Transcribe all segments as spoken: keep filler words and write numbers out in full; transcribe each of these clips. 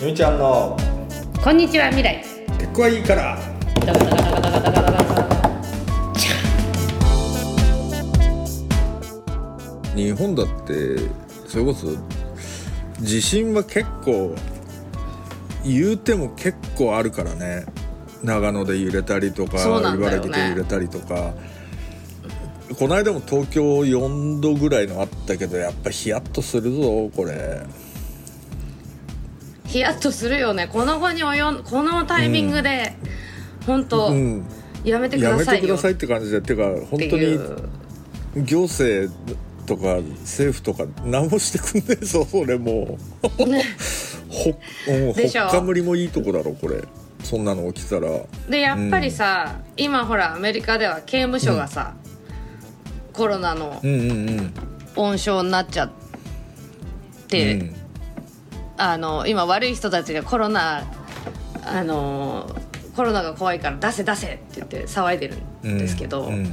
みちゃんのこんにちは未来。 テックはいいからダダダダダダダダダダチャ日本だってそれこそ地震は結構言うても結構あるからね。長野で揺れたりとか、 ね、 茨城で揺れたりとか、この間も東京よんどぐらいのあったけど、やっぱヒヤッとするぞこれ。 ヒヤッとするよね。この後に及んこのタイミングで、うん、本当、うん、やめてくださいよ。 やめてくださいって感じで、てか本当に行政とか政府とか何もしてくんねえぞそれもう、ね、ほ, ほっかむりもいいとこだろこれ。そんなの起きたら。でやっぱりさ、うん、今ほらアメリカでは刑務所がさ、うん、コロナの温床になっちゃって、うん、あの今悪い人たちがコロナあのコロナが怖いから出せ出せって言って騒いでるんですけど、うんうんうん、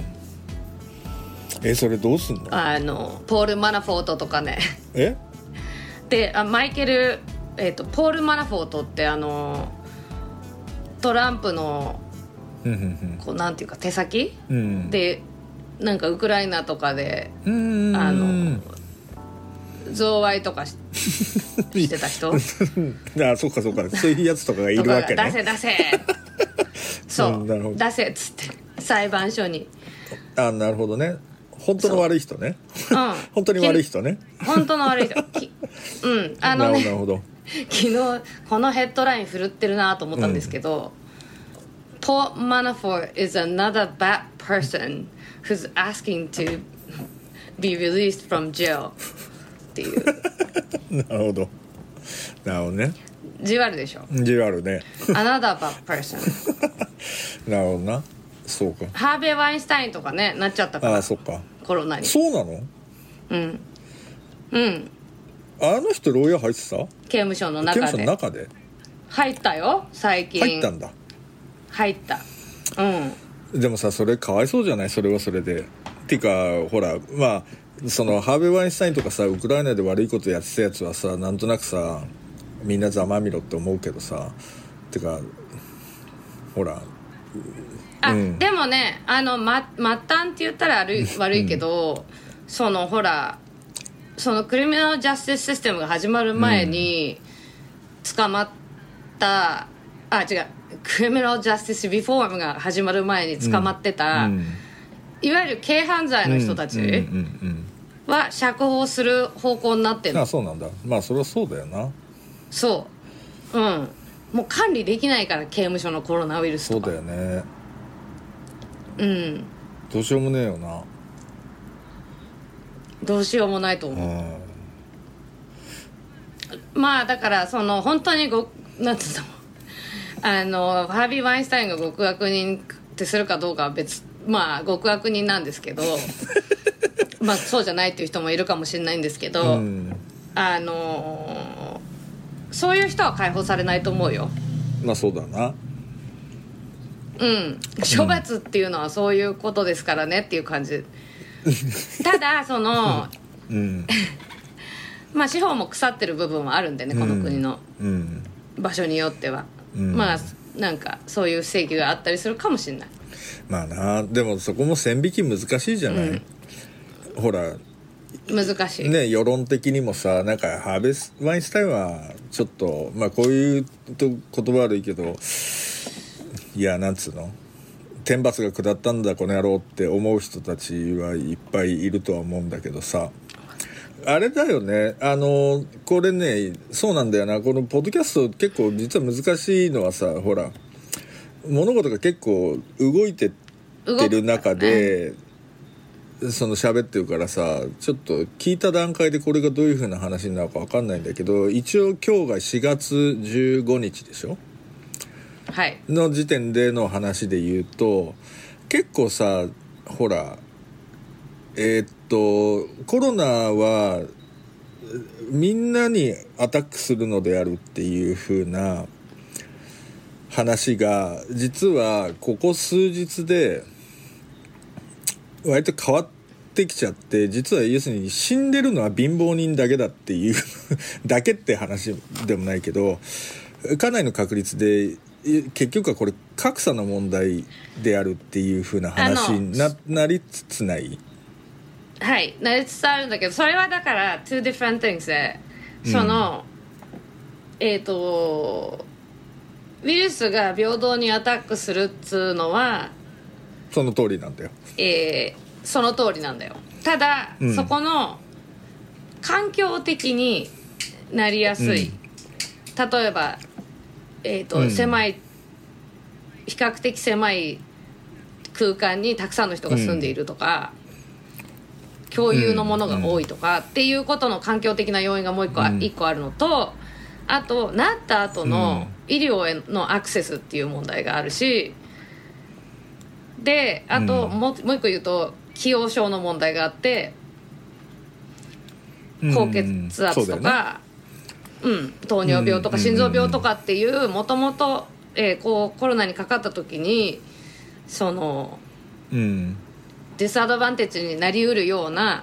えそれどうすんの？ あのポール・マナフォートとかね。 えであマイケル、えーと、ポール・マナフォートってあのトランプのこうなんていうか手先、うん、でなんかウクライナとかであの贈賄とか し, してた人あそっかそっかそういうやつとかがいるわけね。 出せ出せそう出せっつって裁判所に。 あなるほどね。本当の悪い人ね、うん、本当に悪い人ね。 本当の悪い人うんあのねなるほど。 昨日このヘッドライン振るってるなと思ったんですけど、うん、Paul Manafort is another bad person who's asking to be released from jail っていうなるほどなるほどね。 じわるでしょ。 じわるね。 another bad person なるほどな。そうか。 ハーベイ・ワインスタインとかねなっちゃったから。 あそっかコロナに。 そうなの？ うんうんあの人牢屋入ってた？ 刑務所の中で。 刑務所の中で入ったよ最近。 入ったんだ。 入ったうんでもさそれかわいそうじゃない？それはそれでっていうかほらまあそのハーベイ・ワインスタインとかさウクライナで悪いことやってたやつはさなんとなくさみんなざまみろって思うけどさってかほらあ、うん、でもねあの、ま、末端って言ったら悪い、悪いけど、うん、そのほらそのクリミナルジャスティスシステムが始まる前に捕まった、うん、あ違うクリミナルジャスティスリフォームが始まる前に捕まってた、うん、いわゆる軽犯罪の人たちは釈放する方向になってるの。 あそうなんだ。まあそれはそうだよな。 そううんもう管理できないから刑務所のコロナウイルスとか。 そうだよね。 うんどうしようもねえよな。 どうしようもないと思う、うん、まあだからその本当にごなんていうのあのハービー・ワインスタインが極悪人ってするかどうかは別まあ極悪人なんですけどまあそうじゃないっていう人もいるかもしれないんですけど、うん、あのそういう人は解放されないと思うよ。 まあそうだな。 うん処罰っていうのはそういうことですからねっていう感じただその、うん、まあ司法も腐ってる部分はあるんでねこの国の場所によっては、うん、まあなんかそういう正義があったりするかもしれない。 まあなでもそこも線引き難しいじゃない、うん、ほら難しいね世論的にもさなんかハーベイ・ワインスタインはちょっとまあこういうと言葉悪いけどいやなんつうの天罰が下ったんだこの野郎って思う人たちはいっぱいいるとは思うんだけどさあれだよねあのこれねそうなんだよなこのポッドキャスト結構実は難しいのはさほら物事が結構動いてってる中で、ね、その喋ってるからさちょっと聞いた段階でこれがどういう風な話になるか分かんないんだけど一応今日がしがつじゅうごにちでしょはい、 の時点での話で言うと結構さほらえー、っとコロナはみんなにアタックするのであるっていう風な話が実はここ数日で割と変わっってきちゃって、実は要するに死んでるのは貧乏人だけだっていうだけって話でもないけど、かなりの確率で結局はこれ格差の問題であるっていう風な話に な, なりつつない。 はいなりつつあるんだけど、それはだから two different things で、その、うん、えっ、ー、とウイルスが平等にアタックするっつうのはその通りなんだよ。 えー、その通りなんだよ。ただ、うん、そこの環境的になりやすい、うん、例えば、えーとうん、狭い比較的狭い空間にたくさんの人が住んでいるとか、うん、共有のものが多いとか、うん、っていうことの環境的な要因がもう一個、うん、一個あるのと、あとなった後の医療へのアクセスっていう問題があるし、であと、うん、も, もう一個言うと既往症の問題があって、高血圧とか、うんうん、糖尿病とか心臓病とかっていうもともとコロナにかかった時にその、うん、ディスアドバンテージになりうるような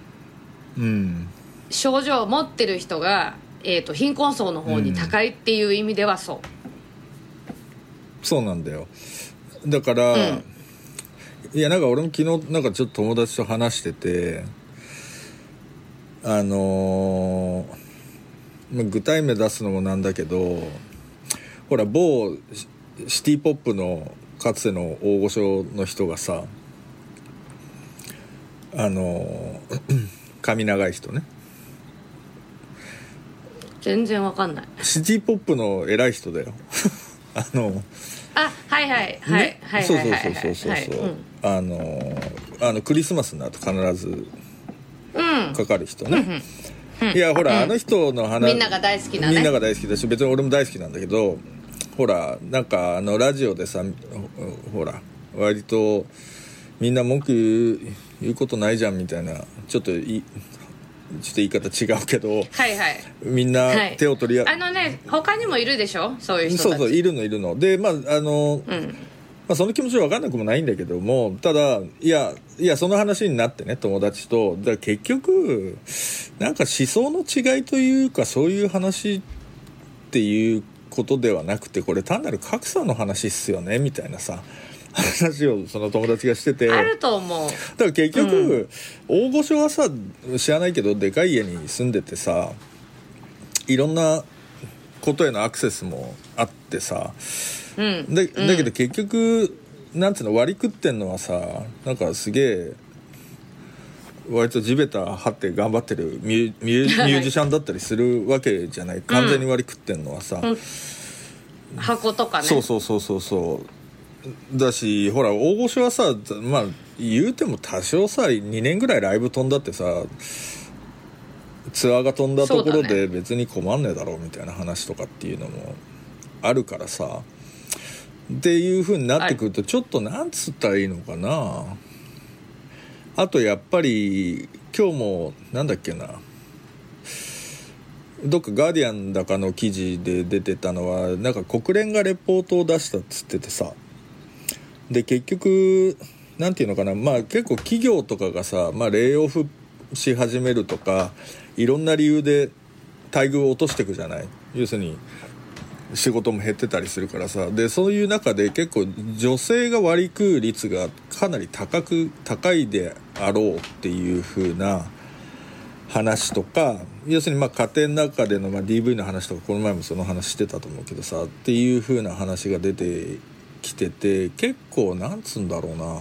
症状を持ってる人が、えーと、貧困層の方に高いっていう意味ではそう、うん、 そうなんだよ。だから、うんいやなんか俺も昨日なんかちょっと友達と話してて、あのー、具体名出すのもなんだけど、ほら某シティポップのかつての大御所の人がさ、あのー、髪長い人ね、 全然わかんない。 シティポップの偉い人だよあのあはいはいはい、ね、はいそうそうそうそうそうそう、うん、あのあのクリスマスになると必ずかかる人ね、うんうん、いやほら、うん、あの人の話みんなが大好きなね、 みんなが大好きだし別に俺も大好きなんだけど、ほらなんかあのラジオでさ、ほら割とみんな文句言う、言うことないじゃんみたいな、ちょっといちょっと言い方違うけど、はいはい、 みんな手を取り合、 はい、あのね他にもいるでしょそういう人たち。 そうそういるのいるので、まああの、うんまあ、その気持ちは分かんなくもないんだけども、ただいやいやその話になってね友達と、だから結局なんか思想の違いというかそういう話っていうことではなくて、これ単なる格差の話っすよねみたいなさ話をその友達がしてて、 あると思う。だから結局、うん、大御所はさ知らないけどでかい家に住んでてさ、いろんなことへのアクセスもあってさ、うん、だ, だけど結局、うん、なんていうの割り食ってんのはさ、なんかすげえ割と地べた張って頑張ってるミュ, ミュ, ミュージシャンだったりするわけじゃない。完全に割り食ってんのはさ、うん、 箱とかね。 そうそうそうそうそうだし、ほら大御所はさ、まあ言うても多少さにねんぐらいライブ飛んだってさ、ツアーが飛んだところで別に困んねえだろうみたいな話とかっていうのもあるからさ、っていう風になってくるとちょっとなんつったらいいのかな。あとやっぱり今日もなんだっけな、どっかガーディアンだかの記事で出てたのは、なんか国連がレポートを出したっつっててさ、で結局なんていうのかな、まあ結構企業とかがさ、まあ、レイオフし始めるとかいろんな理由で待遇を落としていくじゃない。要するに仕事も減ってたりするからさ、でそういう中で結構女性が割り食う率がかなり高く高いであろうっていう風な話とか、要するにまあ家庭の中でのまあ ディーブイ の話とかこの前もその話してたと思うけどさっていう風な話が出てきてて、結構なんつうんだろうな、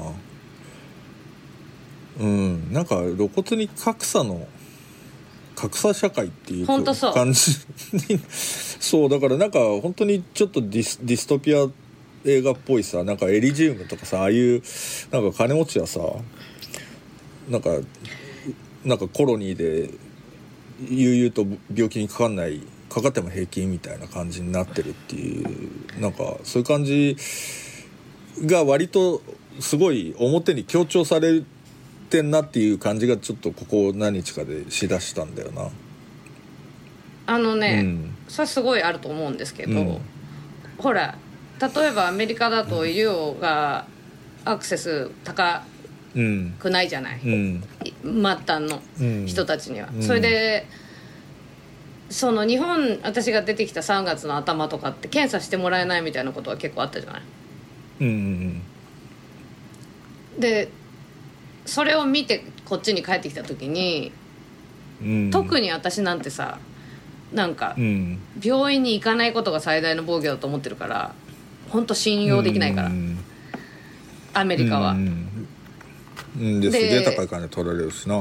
うんなんか露骨に格差の格差社会っていう感じそうだからなんか本当にちょっとディス、ディストピア映画っぽいさ、なんかエリジウムとかさ、ああいうなんか金持ちはさ、なんかなんかコロニーで悠々と病気にかかんない、かかっても平気みたいな感じになってるっていう、なんかそういう感じが割とすごい表に強調されてんなっていう感じがちょっとここ何日かでしだしたんだよな。 あのね、うん、それすごいあると思うんですけど、うん、ほら例えばアメリカだと医療がアクセス高くないじゃない、 うん、 末端の人たちには、 うん、 それでその日本私が出てきたさんがつの頭とかって検査してもらえないみたいなことは結構あったじゃない、 うんうんうん、でそれを見てこっちに帰ってきた時に、うん、特に私なんてさなんか、うん、病院に行かないことが最大の防御だと思ってるから本当信用できないから、うん、アメリカは、うんうん、ですげえ高い金取られるしな、うん、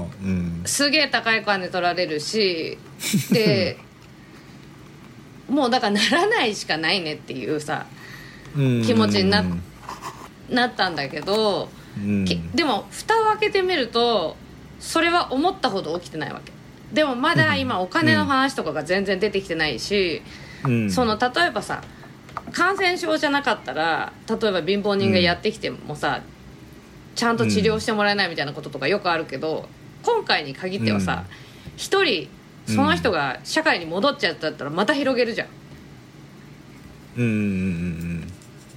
すげえ高い金取られるしでもうだからならないしかないねっていうさ気持ちに な, なったんだけど、うん、でも蓋を開けてみるとそれは思ったほど起きてないわけでもまだ今お金の話とかが全然出てきてないし、うん、その例えばさ感染症じゃなかったら例えば貧乏人がやってきてもさ、うんちゃんと治療してもらえないみたいなこととかよくあるけど、うん、今回に限ってはさ一、うん、人その人が社会に戻っちゃったらまた広げるじゃん、 うんうんうん、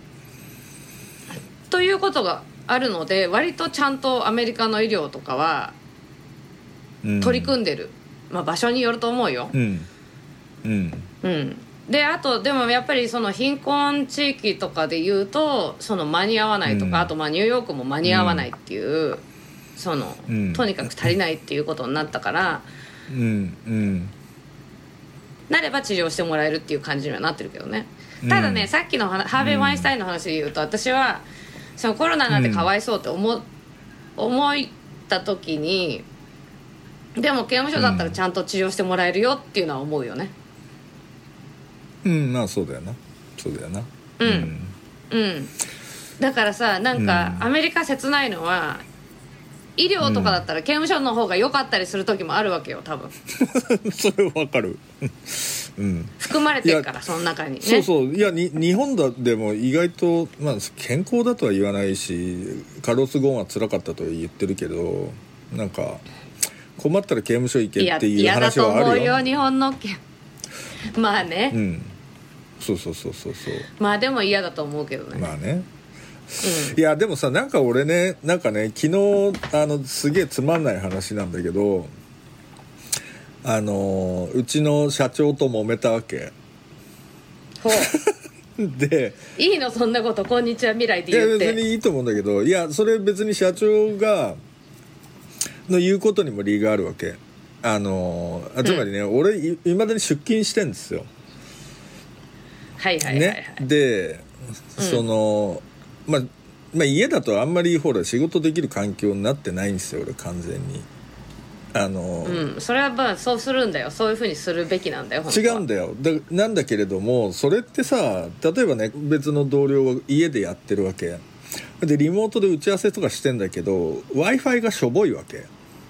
ということがあるので割とちゃんとアメリカの医療とかは取り組んでる、うんまあ、場所によると思うよ、 うんうんうん、であとでもやっぱりその貧困地域とかで言うとその間に合わないとか、うん、あとまあニューヨークも間に合わないっていう、うん、その、うん、とにかく足りないっていうことになったから、 うんうん、 なれば治療してもらえるっていう感じにはなってるけどねただね、うん、さっきのハーベイ・ワインスタインの話で言うと私はそのコロナなんてかわいそうって 思,、うん、思った時にでも刑務所だったらちゃんと治療してもらえるよっていうのは思うよねうんまあそうだよなそうだよなうん、うん、うん、だからさなんか、うん、アメリカ切ないのは医療とかだったら刑務所の方が良かったりする時もあるわけよ多分それわかる、うん、 含まれてるからその中にねそうそういやに日本だでも意外と、まあ、健康だとは言わないしカルロス・ゴーンは辛かったとは言ってるけどなんか困ったら刑務所行けっていう話はあるよ。いや、嫌だと思うよ日本のまあね、 うん、そうそうそうそうそうまあでも嫌だと思うけどねまあね、うん、いやでもさなんか俺ねなんかね昨日あのすげえつまんない話なんだけどあのうちの社長と揉めたわけほうでいいのそんなことこんにちは未来って言っていや別にいいと思うんだけどいやそれ別に社長がの言うことにも理由があるわけあのつまりね、うん、俺いまだに出勤してんですよはいはいはい、はいね、で、うん、その、まあ、まあ家だとあんまりほら仕事できる環境になってないんですよ俺完全にあの、 うん、それはまあそうするんだよそういう風にするべきなんだよ本当は違うんだよだなんだけれどもそれってさ例えばね別の同僚は家でやってるわけでリモートで打ち合わせとかしてんだけど Wi-Fi がしょぼいわけ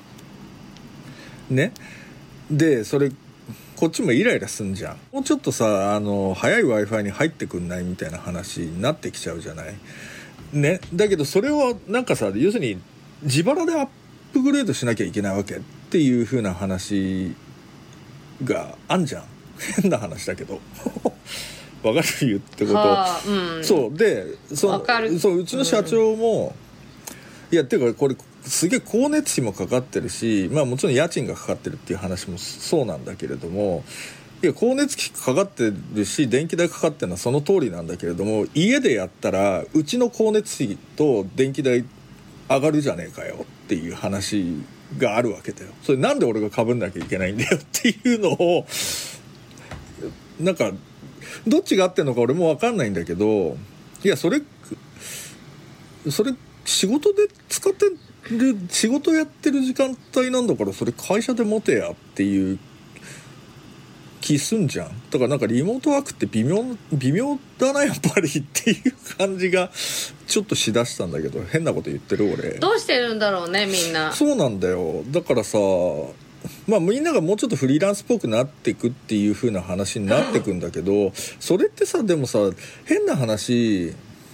ねでそれこっちもイライラすんじゃんもうちょっとさあの早い Wi-Fi に入ってくんないみたいな話になってきちゃうじゃないねだけどそれはなんかさ要するに自腹でアップグレードしなきゃいけないわけっていう風な話があんじゃん変な話だけどわかる言ってこと、はあうん、 そうでそわかるそううちの社長も、うん、いやっていうかこれすげえ光熱費もかかってるしまあもちろん家賃がかかってるっていう話もそうなんだけれどもいや光熱費かかってるし電気代かかってるのはその通りなんだけれども家でやったらうちの光熱費と電気代上がるじゃねえかよっていう話があるわけだよそれなんで俺が被んなきゃいけないんだよっていうのをなんかどっちが合ってんのか俺も分かんないんだけどいやそれそれ仕事で使ってる仕事やってる時間帯なんだからそれ会社で持てやっていう気すんじゃんだからなんかリモートワークって微妙微妙だなやっぱりっていう感じがちょっとしだしたんだけど変なこと言ってる俺どうしてるんだろうねみんなそうなんだよだからさまあみんながもうちょっとフリーランスっぽくなっていくっていう風な話になっていくんだけどそれってさでもさ変な話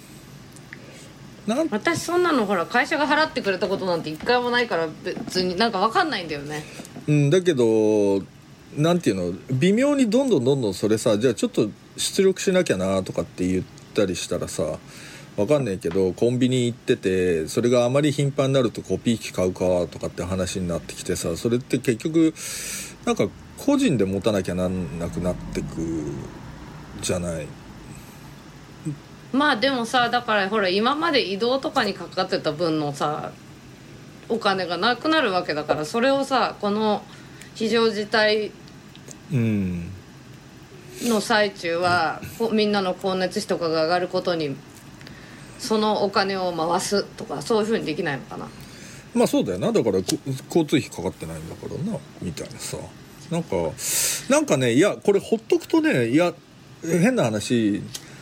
なん私そんなのほら会社が払ってくれたことなんて一回もないから別になんか分かんないんだよねうんだけどなんていうの微妙にどんどんどんどんそれさじゃあちょっと出力しなきゃなとかって言ったりしたらさわかんないけどコンビニ行っててそれがあまり頻繁になるとコピー機買うかとかって話になってきてさ、それって結局なんか個人で持たなきゃなんなくなってくじゃない。 まあでもさ、だからほら今まで移動とかにかかってた分のさお金がなくなるわけだから、それをさこの非常事態うんの最中は、こみんなの光熱費とかが上がることにそのお金を回すとかそういう風にできないのかな。 まあそうだよな。だからこ交通費かかってないんだからなみたいなさ、なんかなんかね、いやこれほっとくとね、いや変な話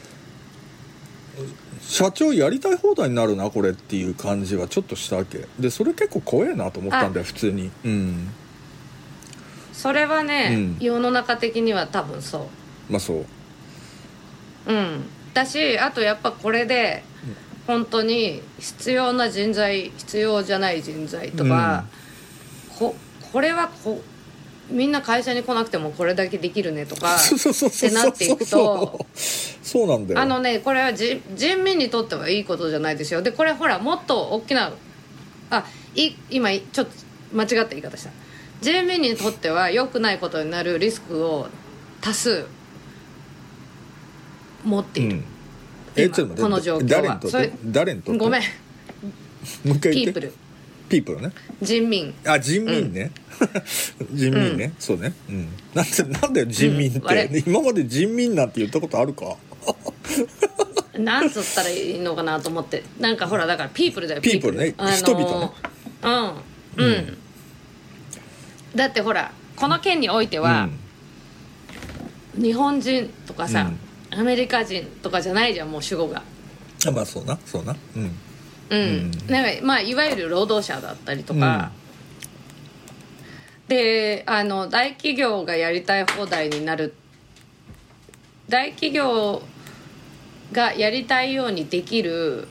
社長やりたい放題になるなこれっていう感じはちょっとしたわけで、それ結構怖えなと思ったんだよ普通に。うんそれはね、 うん世の中的には多分そうまあそううんだし、あとやっぱこれで本当に必要な人材必要じゃない人材とか、うん、こ, これはこみんな会社に来なくてもこれだけできるねとかってなっていくと、 そうなんだよ。 あのねこれはじ人民にとってはいいことじゃないですよ。でこれほらもっと大きなあい今ちょっと間違った言い方した。人民にとっては良くないことになるリスクを多数持っている、うん、 えちょっと待って、 この状況は誰にとって誰にとってごめんもう一回言って。 ピープルピープルね。 人民。 あ人民ね、うん、人民ね、うん、そうね、うん、なんでなんだよ人民って、うん、今まで人民なんて言ったことあるかなんつったらいいのかなと思って。なんかほらだからピープルだよ。 ピープルね、あのー、人々ね。 うんうん、うん、だってほらこの件においては、うん、日本人とかさ、うん、アメリカ人とかじゃないじゃんもう主語が。 あまあそうなそうなうんうん、うん、なんかまあいわゆる労働者だったりとか、うん、であの大企業がやりたい放題になる、大企業がやりたいようにできる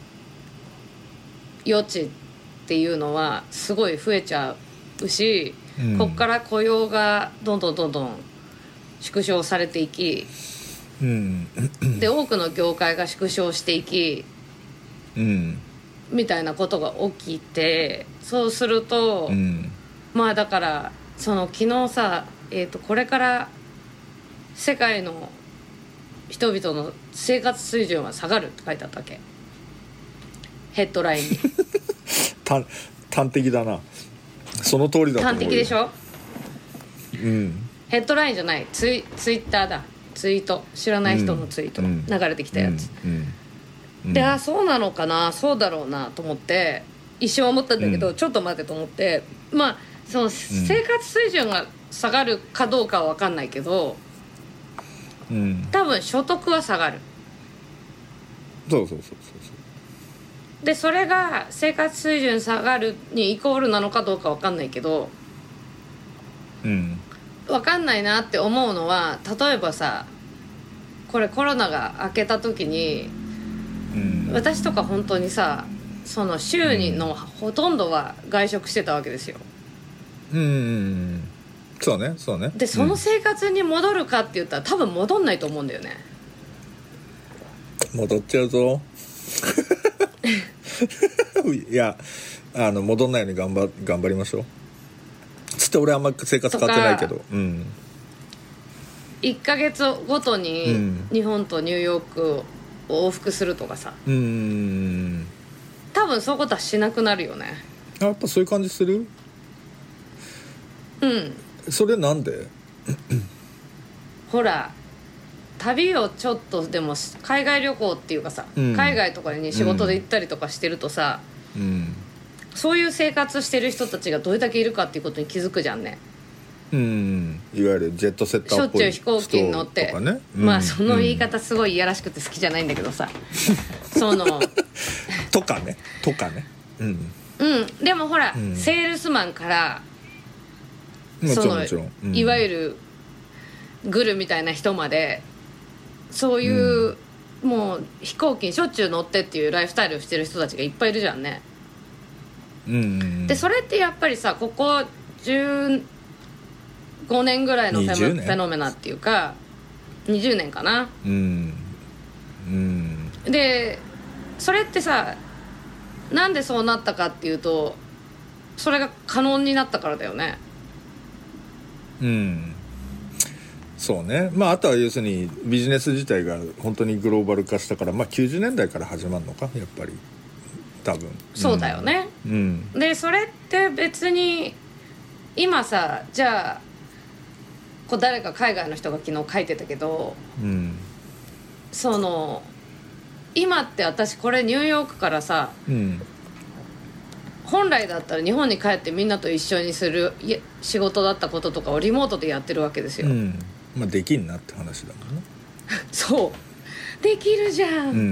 余地っていうのはすごい増えちゃうし、うん、こっから雇用がどんどんどんどん縮小されていき、うん、で多くの業界が縮小していき、うんみたいなことが起きて、そうすると、うん、まあだからその昨日さ、えーと、これから世界の人々の生活水準は下がるって書いてあったわけ、ヘッドラインに端端的だな。その通りだと思う。 端的でしょ、 うん、 ヘッドラインじゃないツイ、ツイッターだ、ツイート、知らない人のツイート、うん、流れてきたやつ、うんうんで、あそうなのかなそうだろうなと思って一瞬思ったんだけど、うん、ちょっと待ってと思って、まあその生活水準が下がるかどうかは分かんないけど、うん、多分所得は下がる。 そうそうそうそうでそれが生活水準下がるにイコールなのかどうか分かんないけど、うん、分かんないなって思うのは、例えばさこれコロナが明けた時にうん、私とか本当にさその週にのほとんどは外食してたわけですよ。 うん、うん、そうねそうね。 でその生活に戻るかって言ったら多分戻んないと思うんだよね。 戻っちゃうぞいやあの戻んないように頑張頑張りましょうつって俺あんま生活変わってないけど、うん、 いっかげつごとに日本とニューヨークを往復するとかさ、うーん多分そういうことはしなくなるよね。 やっぱそういう感じする。 うんそれなんでほら旅をちょっとでも海外旅行っていうかさ、うん、海外とかに仕事で行ったりとかしてるとさ、うん、そういう生活してる人たちがどれだけいるかっていうことに気づくじゃんね。 うん、いわゆるジェットセッターっぽいしょっちゅう飛行機に乗って、ねうん、まあその言い方すごいいやらしくて好きじゃないんだけどさ、うん、そのとかねとかねうん、 うん、でもほら、うん、セールスマンからその、うん、いわゆるグルみたいな人までそういう、うん、もう飛行機にしょっちゅう乗ってっていうライフスタイルをしてる人たちがいっぱいいるじゃんね、うんうん、でそれってやっぱりさここじゅうごねんぐらいのフェ, フェノメナっていうかにじゅうねんかな、うんうん、でそれってさ、なんでそうなったかっていうと、それが可能になったからだよね。 うんそうね。まああとは要するにビジネス自体が本当にグローバル化したから、まあきゅうじゅうねんだいから始まるのかやっぱり多分。 そうだよね、 うん、 でそれって別に今さ、じゃあこう誰か海外の人が昨日書いてたけど、 うん、 その今って私これニューヨークからさ、 うん、 本来だったら日本に帰ってみんなと一緒にする仕事だったこととかをリモートでやってるわけですよ、 うん、まあできんなって話だもんねそうできるじゃん、 うん、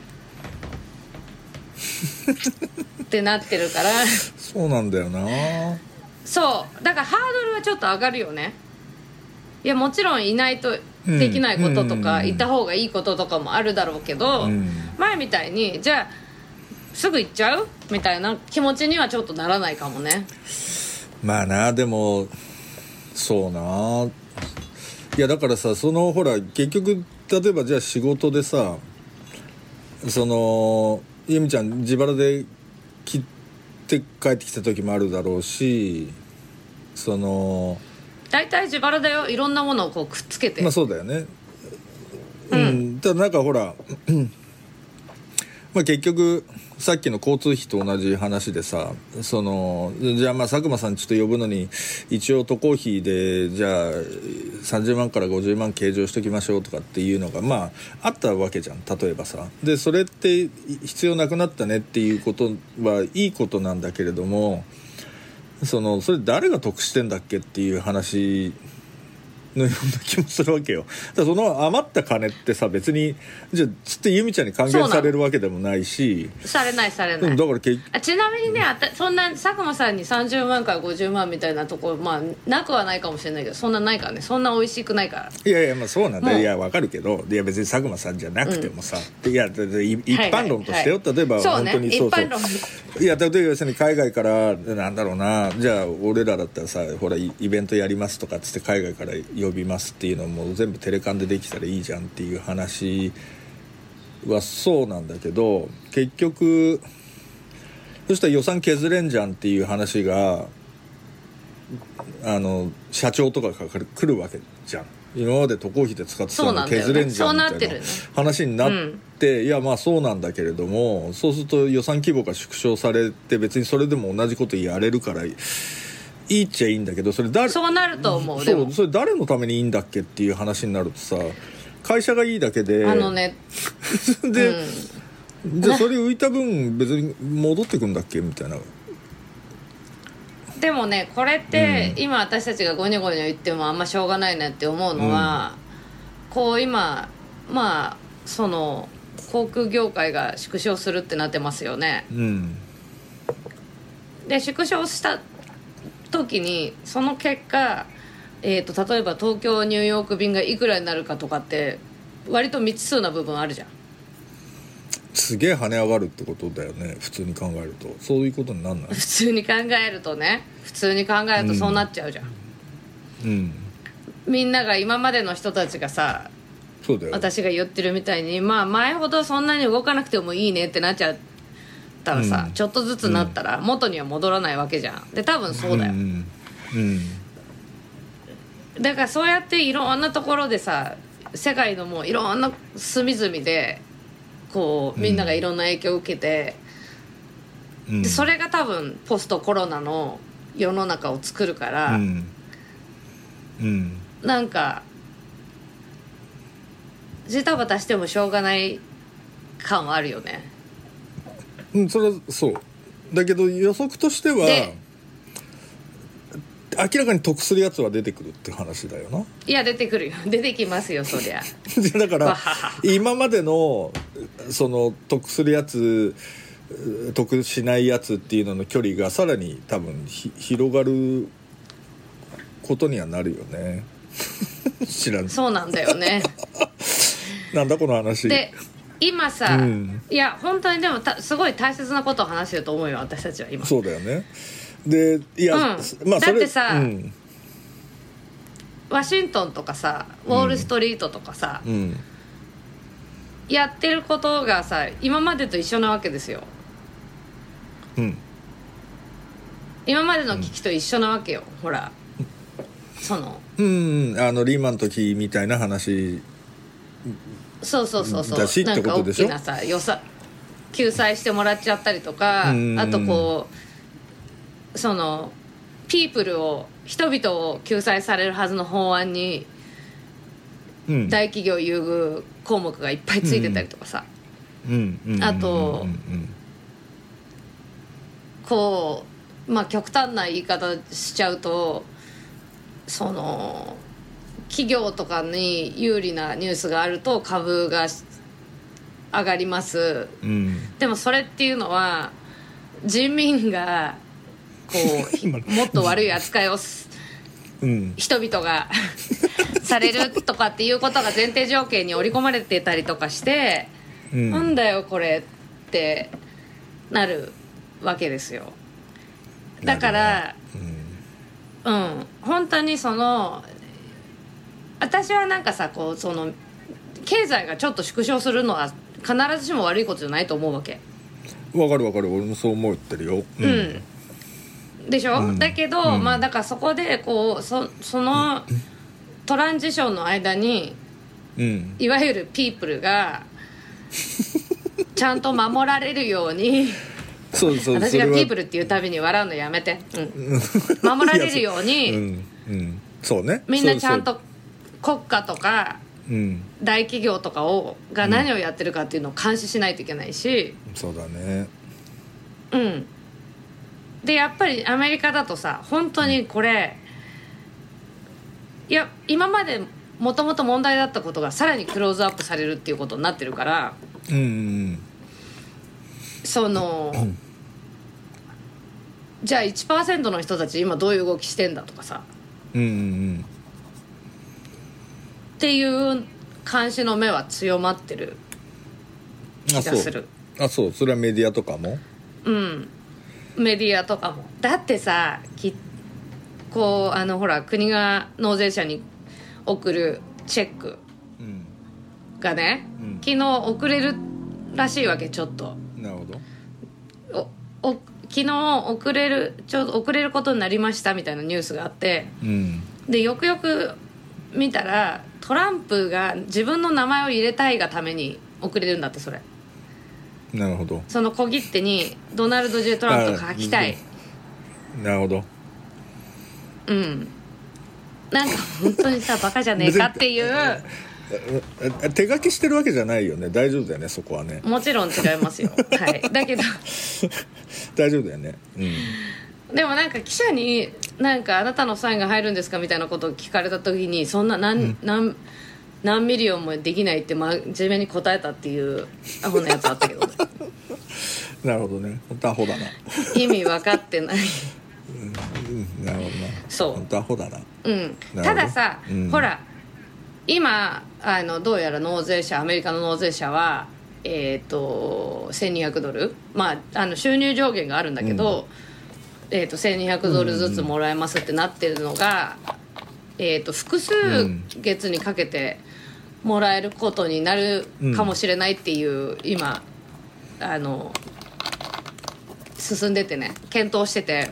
ってなってるからそうなんだよな。 そうだからハードルはちょっと上がるよね。いやもちろんいないとできないこととか、うん、いた方がいいこととかもあるだろうけど、うん、前みたいにじゃあすぐ行っちゃうみたいな気持ちにはちょっとならないかもね。 まあな、でもそうな、いやだからさ、そのほら結局例えばじゃあ仕事でさ、そのゆみちゃん自腹で切って帰ってきた時もあるだろうし、その大体自腹だよ、いろんなものをこうくっつけて。 まあそうだよね、 うん、 うん、ただなんかほらまあ結局さっきの交通費と同じ話でさ、そのじゃあまあ佐久間さんちょっと呼ぶのに一応渡航費でじゃあさんじゅうまんからごじゅうまん計上しときましょうとかっていうのがまああったわけじゃん、例えばさ。でそれって必要なくなったねっていうことはいいことなんだけれども、そのそれ誰が得してんだっけっていう話のような気もするわけよ。だからその余った金ってさ、別にじゃあつって由美ちゃんに還元されるわけでもないし、 されないされない。 だからけあちなみにね、あたそんな佐久間さんにさんじゅうまんからごじゅうまんみたいなところ、まあなくはないかもしれないけど、そんなないからね。そんな美味しくないから。 いやいやまあそうなんだ、いやわかるけど、いや別に佐久間さんじゃなくてもさ、うん、いや一般論としてよ、はいはいはい、例えば本当にそうそう、ね、いや例えば要するに海外からなんだろうな、じゃあ俺らだったらさ、ほらイベントやりますとかっつって海外から呼びますっていうのも全部テレカンでできたらいいじゃんっていう話はそうなんだけど、結局そしたら予算削れんじゃんっていう話があの社長とかから来るわけじゃん。今まで渡航費で使ってたの削れんじゃんみたいな話になって、いやまあそうなんだけれども、そうすると予算規模が縮小されて別にそれでも同じことやれるからいいっちゃいいんだけど、それ誰そうなると思う。 そう、それ誰のためにいいんだっけっていう話になるとさ、会社がいいだけであのねで、うん、じゃあそれ浮いた分別に戻ってくんだっけみたいな。 でもねこれって、うん、今私たちがゴニョゴニョ言ってもあんましょうがないなって思うのは、うん、こう今まあその航空業界が縮小するってなってますよね、 うん、 で縮小した時にその結果、えー、と例えば東京ニューヨーク便がいくらになるかとかって割と未知数な部分あるじゃん。 すげえ跳ね上がるってことだよね、普通に考えると。そういうことになんない？ 普通に考えるとね、普通に考えるとそうなっちゃうじゃん、 うんうん、みんなが今までの人たちがさ、 そうだよ、 私が言ってるみたいに、まあ前ほどそんなに動かなくてもいいねってなっちゃったらさ、うん、ちょっとずつなったら元には戻らないわけじゃん。で多分そうだよ、うんうん、だからそうやっていろんなところでさ、世界のもういろんな隅々でこうみんながいろんな影響を受けて、うん、でそれが多分ポストコロナの世の中を作るから、うんうん、なんかジタバタしてもしょうがない感はあるよね。 うん、それはそうだけど予測としては明らかに得するやつは出てくるって話だよな。 いや出てくるよ、出てきますよそりゃだから今までのその得するやつ得しないやつっていうのの距離がさらに多分ひ広がることにはなるよね知らん。 そうなんだよねなんだこの話で今さ、うん、いや本当にでもたすごい大切なことを話してると思うよ私たちは今。 そうだよね。でいや、うんまあ、だってさ、うん、ワシントンとかさウォールストリートとかさ、うん、 やってることがさ今までと一緒なわけですよ。 うん今までの危機と一緒なわけよ、うん、ほらそのうんあのリーマンの時みたいな話そうそうそうそうだしってことでしょ。 なんか大きなさ予算救済してもらっちゃったりとか、あとこうそのピープルを人々を救済されるはずの法案に大企業優遇項目がいっぱいついてたりとかさ、あとこうまあ極端な言い方しちゃうとその企業とかに有利なニュースがあると株が上がります、うん、でもそれっていうのは人民がこうもっと悪い扱いをうん、人々がされるとかっていうことが前提条件に織り込まれてたりとかして、うん、なんだよこれってなるわけですよ。だからうん、うん、本当にその私はなんかさこうその経済がちょっと縮小するのは必ずしも悪いことじゃないと思うわけ。 わかるわかる、俺もそう思ってるよ。うん、うんでしょ、うん、だけど、うん、まあだからそこでこう そ, そのトランジションの間に、うん、いわゆるピープルがちゃんと守られるようにそうそう私がピープルっていうたびに笑うのやめて、うん、守られるようにうんうん、そうね、 みんなちゃんと国家とか大企業とかをが何をやってるかっていうのを監視しないといけないし、 そうだね、 うんでやっぱりアメリカだとさ本当にこれ、いや今までもともと問題だったことがさらにクローズアップされるっていうことになってるから、うんうん、その、うん、じゃあ いちパーセント の人たち今どういう動きしてんだとかさ、うんうんうん、っていう監視の目は強まってる気がする。 あ、そう、あ、そう、それはメディアとかも、 うんメディアとかもだってさきこうあのほら国が納税者に送るチェックがね、うん、昨日遅れるらしいわけちょっと。 なるほどおお昨日遅れるちょっと遅れることになりましたみたいなニュースがあって、うん、でよくよく見たらトランプが自分の名前を入れたいがために遅れるんだって。それなるほど。 その小切手にドナルド・ジェ・トランプと書きたい。 なるほど。 うんなんか本当にさバカじゃねえかっていう手書きしてるわけじゃないよね。大丈夫だよねそこはね。 もちろん違いますよはいだけど大丈夫だよね、 うん、でもなんか記者になんかあなたのサインが入るんですかみたいなことを聞かれた時にそんな何、うん、何何ミリオンもできないって真面目に答えたっていうアホなやつあったけどねなるほどね。本当アホだな意味分かってないうん、なるほどな。 そう本当アホだな。 うん、たださ、うん、ほら今あのどうやら納税者アメリカの納税者はえっ、ー、とせんにひゃくドル、まああの収入上限があるんだけど、うん、えっ、ー、とせんにひゃくドルずつもらえますってなってるのが、うん、えっ、ー、と複数月にかけてもらえることになるかもしれないっていう、うん、今あの進んでてね検討してて。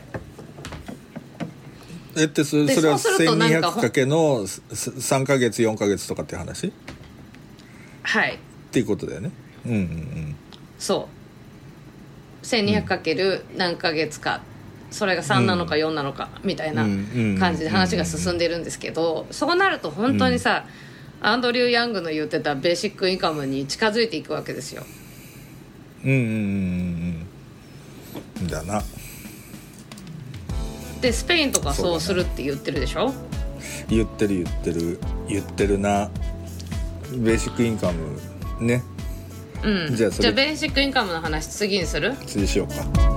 えって そ, それはせんにひゃくかけのさんかげつよんかげつとかっていう話？ はいっていうことだよね。うんうんうん。 そうせんにひゃくかける何ヶ月か、うん、それがさんなのかよんなのかみたいな感じで話が進んでるんですけど、そうなると本当にさ、うん、アンドリュー・ヤングの言ってたベーシックインカムに近づいていくわけですよ。 うんうんうんうんだな。 でスペインとかそうするって言ってるでしょ。 言ってる言ってる言ってるな。ベーシックインカムね、 うん、じゃあそれじゃあベーシックインカムの話次にする？ 次しようか。